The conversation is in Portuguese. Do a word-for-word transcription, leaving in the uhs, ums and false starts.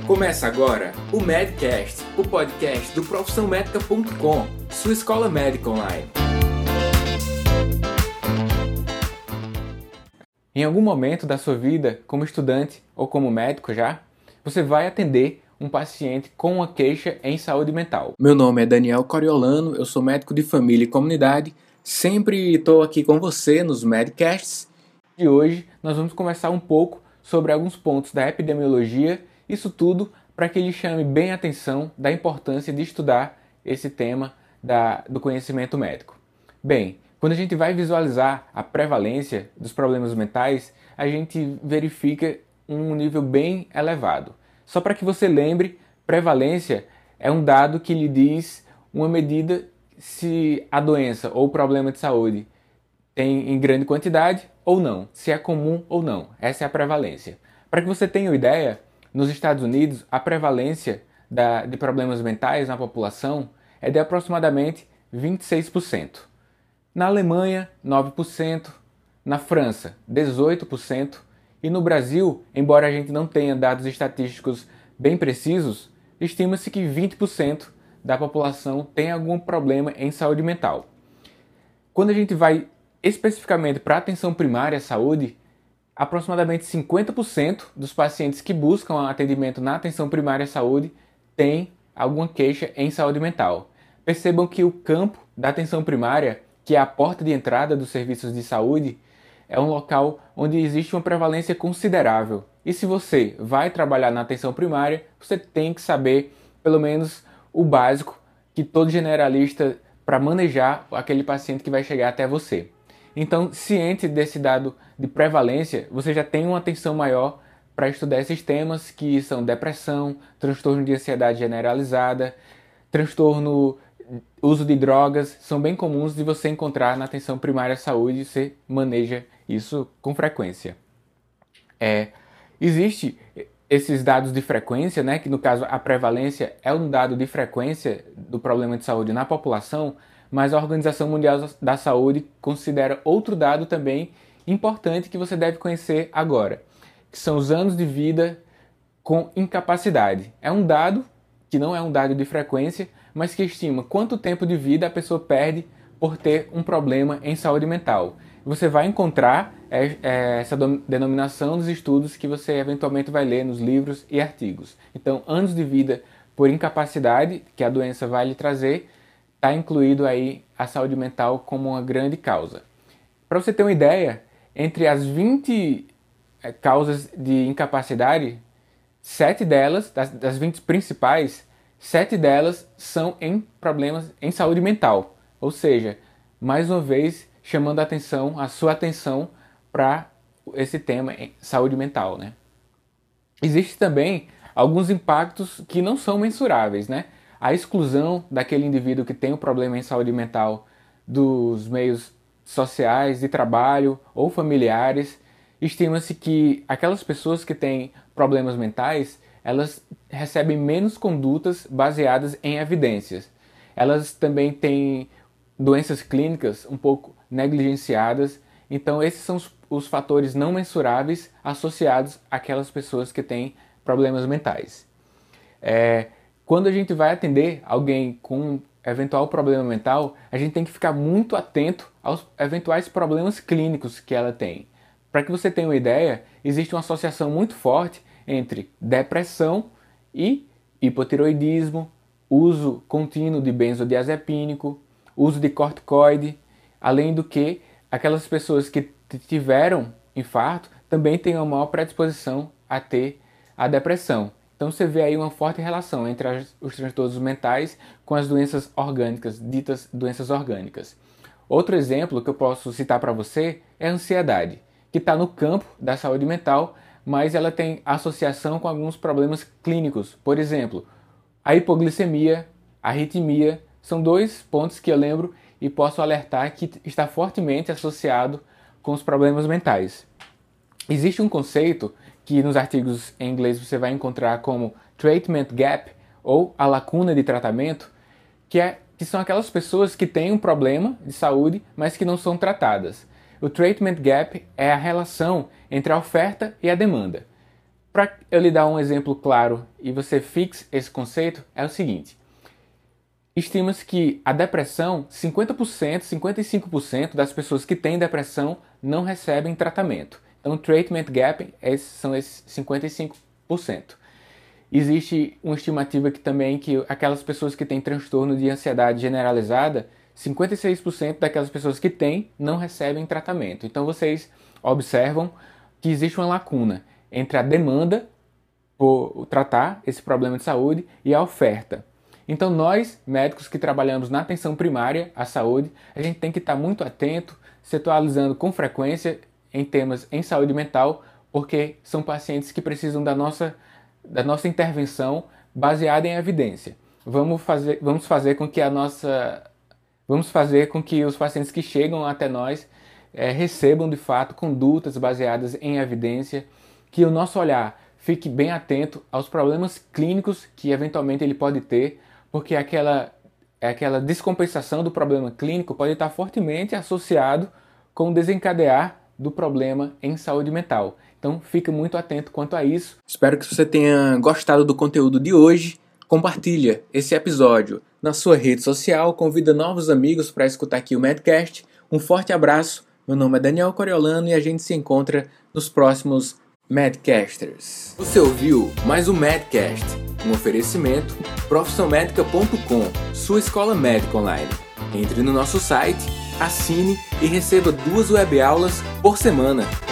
Começa agora o Medcast, o podcast do profissão médica ponto com, sua escola médica online. Em algum momento da sua vida, como estudante ou como médico já, você vai atender um paciente com uma queixa em saúde mental. Meu nome é Daniel Coriolano, eu sou médico de família e comunidade, sempre estou aqui com você nos Medcasts e hoje nós vamos conversar um pouco sobre alguns pontos da epidemiologia, isso tudo para que ele chame bem a atenção da importância de estudar esse tema da, do conhecimento médico. Bem, quando a gente vai visualizar a prevalência dos problemas mentais, a gente verifica um nível bem elevado. Só para que você lembre, prevalência é um dado que lhe diz uma medida se a doença ou problema de saúde tem em grande quantidade ou não, se é comum ou não. Essa é a prevalência. Para que você tenha uma ideia, nos Estados Unidos, a prevalência da, de problemas mentais na população é de aproximadamente vinte e seis por cento. Na Alemanha, nove por cento. Na França, dezoito por cento. E no Brasil, embora a gente não tenha dados estatísticos bem precisos, estima-se que vinte por cento da população tem algum problema em saúde mental. Quando a gente vai especificamente para a atenção primária à saúde, aproximadamente cinquenta por cento dos pacientes que buscam atendimento na atenção primária à saúde têm alguma queixa em saúde mental. Percebam que o campo da atenção primária, que é a porta de entrada dos serviços de saúde, é um local onde existe uma prevalência considerável. E se você vai trabalhar na atenção primária, você tem que saber pelo menos o básico que todo generalista para manejar aquele paciente que vai chegar até você. Então, ciente desse dado de prevalência, você já tem uma atenção maior para estudar esses temas que são depressão, transtorno de ansiedade generalizada, transtorno, uso de drogas, são bem comuns de você encontrar na atenção primária à saúde e você maneja isso com frequência. É, existe esses dados de frequência, né, que no caso a prevalência é um dado de frequência do problema de saúde na população, mas a Organização Mundial da Saúde considera outro dado também importante que você deve conhecer agora, que são os anos de vida com incapacidade. É um dado que não é um dado de frequência, mas que estima quanto tempo de vida a pessoa perde por ter um problema em saúde mental. Você vai encontrar essa denominação nos estudos que você eventualmente vai ler nos livros e artigos. Então, anos de vida por incapacidade, que a doença vai lhe trazer, está incluído aí a saúde mental como uma grande causa. Para você ter uma ideia, entre as vinte causas de incapacidade, sete delas, das, das vinte principais, sete delas são em problemas em saúde mental. Ou seja, mais uma vez, chamando a atenção, a sua atenção para esse tema em saúde mental, né? Existem também alguns impactos que não são mensuráveis, né? A exclusão daquele indivíduo que tem um problema em saúde mental dos meios sociais, de trabalho ou familiares, estima-se que aquelas pessoas que têm problemas mentais, elas recebem menos condutas baseadas em evidências. Elas também têm doenças clínicas um pouco negligenciadas, então esses são os, os fatores não mensuráveis associados àquelas pessoas que têm problemas mentais. É, Quando a gente vai atender alguém com um eventual problema mental, a gente tem que ficar muito atento aos eventuais problemas clínicos que ela tem. Para que você tenha uma ideia, existe uma associação muito forte entre depressão e hipotiroidismo, uso contínuo de benzodiazepínico, uso de corticoide, além do que aquelas pessoas que tiveram infarto também têm uma maior predisposição a ter a depressão. Então você vê aí uma forte relação entre as, os transtornos mentais com as doenças orgânicas, ditas doenças orgânicas. Outro exemplo que eu posso citar para você é a ansiedade, que está no campo da saúde mental, mas ela tem associação com alguns problemas clínicos. Por exemplo, a hipoglicemia, a arritmia, são dois pontos que eu lembro e posso alertar que está fortemente associado com os problemas mentais. Existe um conceito que nos artigos em inglês você vai encontrar como treatment gap, ou a lacuna de tratamento, que, é, que são aquelas pessoas que têm um problema de saúde, mas que não são tratadas. O treatment gap é a relação entre a oferta e a demanda. Para eu lhe dar um exemplo claro e você fixe esse conceito, é o seguinte. Estima-se que a depressão, cinquenta por cento, cinquenta e cinco por cento das pessoas que têm depressão não recebem tratamento. Então, o treatment gap esses são esses cinquenta e cinco por cento. Existe uma estimativa que também que aquelas pessoas que têm transtorno de ansiedade generalizada, cinquenta e seis por cento daquelas pessoas que têm não recebem tratamento. Então, vocês observam que existe uma lacuna entre a demanda por tratar esse problema de saúde e a oferta. Então nós, médicos que trabalhamos na atenção primária à saúde, a gente tem que estar muito atento, se atualizando com frequência em temas em saúde mental, porque são pacientes que precisam da nossa, da nossa intervenção baseada em evidência. Vamos fazer, vamos fazer com que a nossa, vamos fazer com que os pacientes que chegam até nós é, recebam de fato condutas baseadas em evidência, que o nosso olhar fique bem atento aos problemas clínicos que eventualmente ele pode ter, porque aquela, aquela descompensação do problema clínico pode estar fortemente associado com o desencadear do problema em saúde mental. Então, fique muito atento quanto a isso. Espero que você tenha gostado do conteúdo de hoje. Compartilha esse episódio na sua rede social, convida novos amigos para escutar aqui o Medcast. Um forte abraço, meu nome é Daniel Coriolano e a gente se encontra nos próximos Medcasters. Você ouviu mais um Medcast, um oferecimento profissão médica ponto com, sua escola médica online. Entre no nosso site, assine e receba duas webaulas por semana.